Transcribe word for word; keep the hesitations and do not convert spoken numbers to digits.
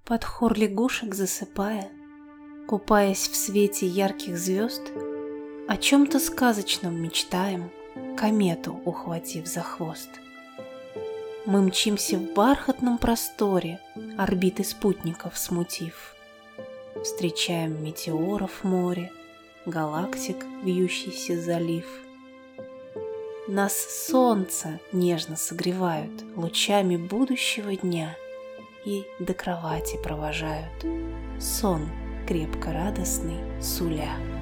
Под хор лягушек засыпая, купаясь в свете ярких звезд, о чем-то сказочном мечтаем, комету ухватив за хвост. Мы мчимся в бархатном просторе, орбиты спутников смутив. Встречаем метеоров море, галактик вьющийся залив. Нас солнце нежно согревают лучами будущего дня и до кровати провожают, сон крепко радостный суля.